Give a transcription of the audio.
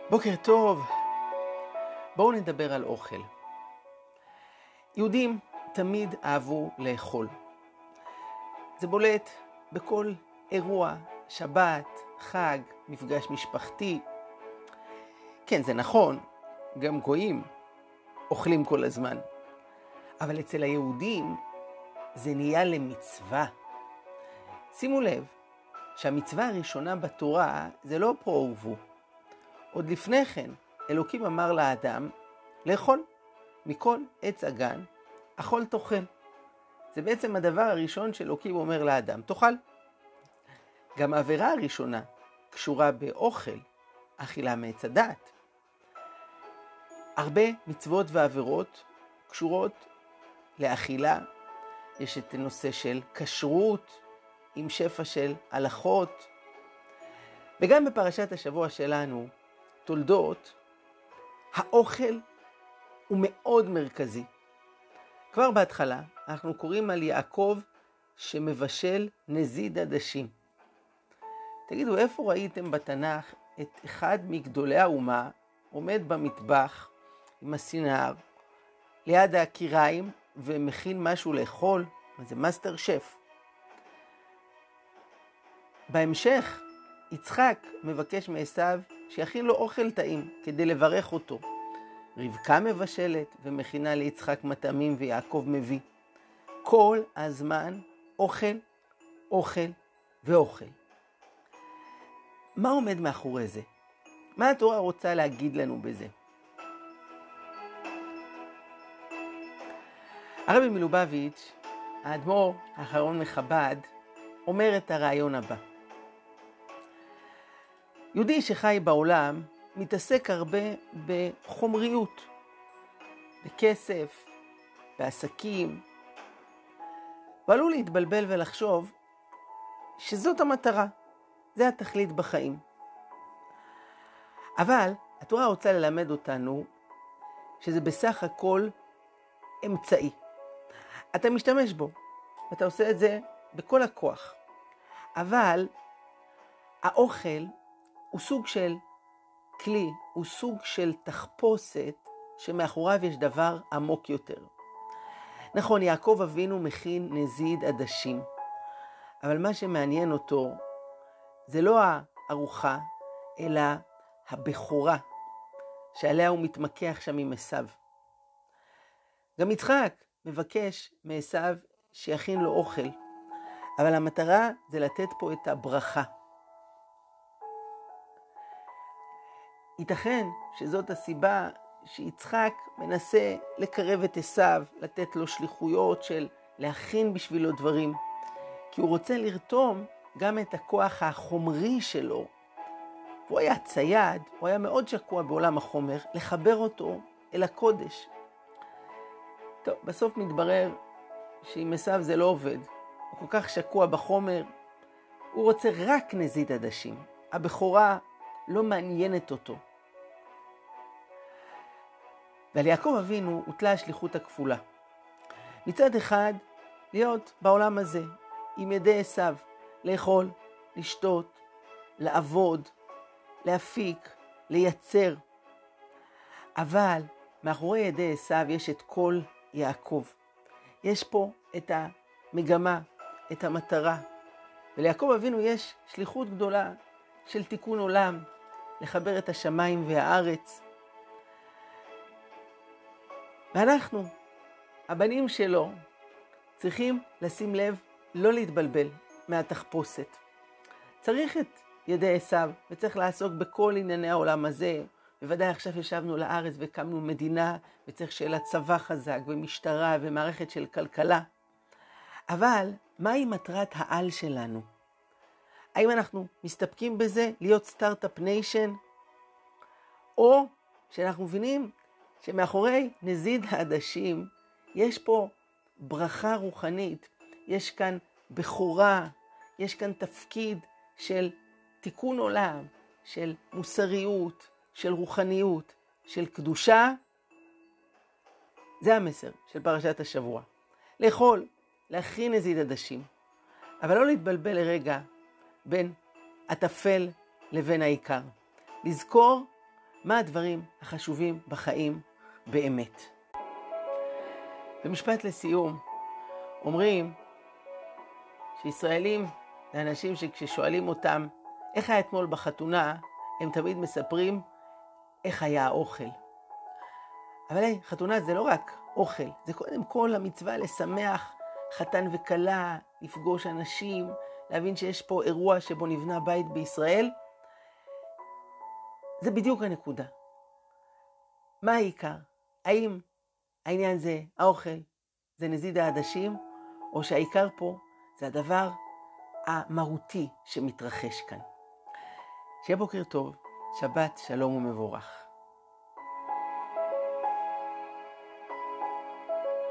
בוקר טוב, בואו נדבר על אוכל. יהודים תמיד אהבו לאכול. זה בולט בכל אירוע, שבת, חג, מפגש משפחתי. כן, זה נכון, גם גויים אוכלים כל הזמן. אבל אצל היהודים זה נהיה למצווה. שימו לב שהמצווה הראשונה בתורה זה לא פרו ורבו. עוד לפני כן, אלוקים אמר לאדם, לאכול מכל עץ הגן, אכול תאכל. זה בעצם הדבר הראשון שאלוקים אומר לאדם, תאכל. גם העבירה הראשונה קשורה באוכל, אכילה מעץ הדעת. הרבה מצוות ועבירות קשורות לאכילה. יש את הנושא של כשרות, עם שפע של הלכות. וגם בפרשת השבוע שלנו, תולדות, האוכל הוא מאוד מרכזי. כבר בהתחלה אנחנו קוראים על יעקב שמבשל נזיד עדשים. תגידו, איפה ראיתם בתנ"ך את אחד מגדולי האומה עומד במטבח עם הסינר ליד הקיריים ומכין משהו לאכול? זה מאסטר שף. בהמשך יצחק מבקש מעשיו שיכין לו אוכל טעים כדי לברך אותו. רבקה מבשלת ומכינה ליצחק מטעמים ויעקב מביא. כל הזמן אוכל, אוכל ואוכל. מה עומד מאחורי זה? מה התורה רוצה להגיד לנו בזה? הרבי מלובביץ', האדמו"ר האחרון מחב"ד, אומר את הרעיון הבא. יהודי שחי בעולם מתעסק הרבה בחומריות, בכסף, בעסקים, ועלול להתבלבל ולחשוב שזאת המטרה, זה התכלית בחיים. אבל התורה רוצה ללמד אותנו שזה בסך הכל אמצעי. אתה משתמש בו, ואתה עושה את זה בכל הכוח. אבל האוכל הוא סוג של כלי, הוא סוג של תחפושת שמאחוריו יש דבר עמוק יותר. נכון, יעקב אבינו מכין נזיד עדשים, אבל מה שמעניין אותו זה לא הארוחה, אלא הבכורה שעליה הוא מתמקח שם עם עשיו. גם יצחק מבקש מעשיו שיכין לו אוכל, אבל המטרה זה לתת פה את הברכה. ייתכן שזאת הסיבה שיצחק מנסה לקרב את עשיו, לתת לו שליחויות של להכין בשבילו דברים, כי הוא רוצה לרתום גם את הכוח החומרי שלו. הוא היה צייד, הוא היה מאוד שקוע בעולם החומר, לחבר אותו אל הקודש. טוב, בסוף מתברר שעם עשיו זה לא עובד. הוא כל כך שקוע בחומר, הוא רוצה רק נזיד עדשים. הבכורה לא מעניינת אותו. ועל יעקב אבינו הוטלה השליחות הכפולה. מצד אחד, להיות בעולם הזה, עם ידי עשיו, לאכול, לשתות, לעבוד, להפיק, לייצר. אבל מאחורי ידי עשיו יש את כל יעקב. יש פה את המגמה, את המטרה. וליעקב אבינו יש שליחות גדולה של תיקון עולם, לחבר את השמיים והארץ. ואנחנו, הבנים שלו, צריכים לשים לב לא להתבלבל מהתחפושת. צריך את ידי עשיו וצריך לעסוק בכל ענייני העולם הזה. בוודאי עכשיו ישבנו לארץ וקמנו מדינה וצריך שיהיה לה צבא חזק ומשטרה ומערכת של כלכלה. אבל מהי מטרת העל שלנו? האם אנחנו מסתפקים בזה להיות סטארט-אפ ניישן? או שאנחנו מבינים שמאחורי נזיד העדשים יש פה ברכה רוחנית, יש כאן בכורה, יש כאן תפקיד של תיקון עולם, של מוסריות, של רוחניות, של קדושה. זה המסר של פרשת השבוע. לאכול, להכין נזיד עדשים, אבל לא להתבלבל לרגע בין הטפל לבין העיקר. לזכור מה הדברים החשובים בחיים באמת. במשפט לסיום, אומרים שישראלים זה אנשים שכששואלים אותם איך היה אתמול בחתונה, הם תמיד מספרים איך היה האוכל. אבל חתונה זה לא רק אוכל, זה קודם כל המצווה לשמח חתן וכלה, לפגוש אנשים, להבין שיש פה אירוע שבו נבנה בית בישראל. זה בדיוק הנקודה. מה העיקר? האם העניין זה האוכל, זה נזיד העדשים, או שהעיקר פה זה הדבר המהותי שמתרחש כאן. שיהיה בוקר טוב, שבת שלום ומבורך.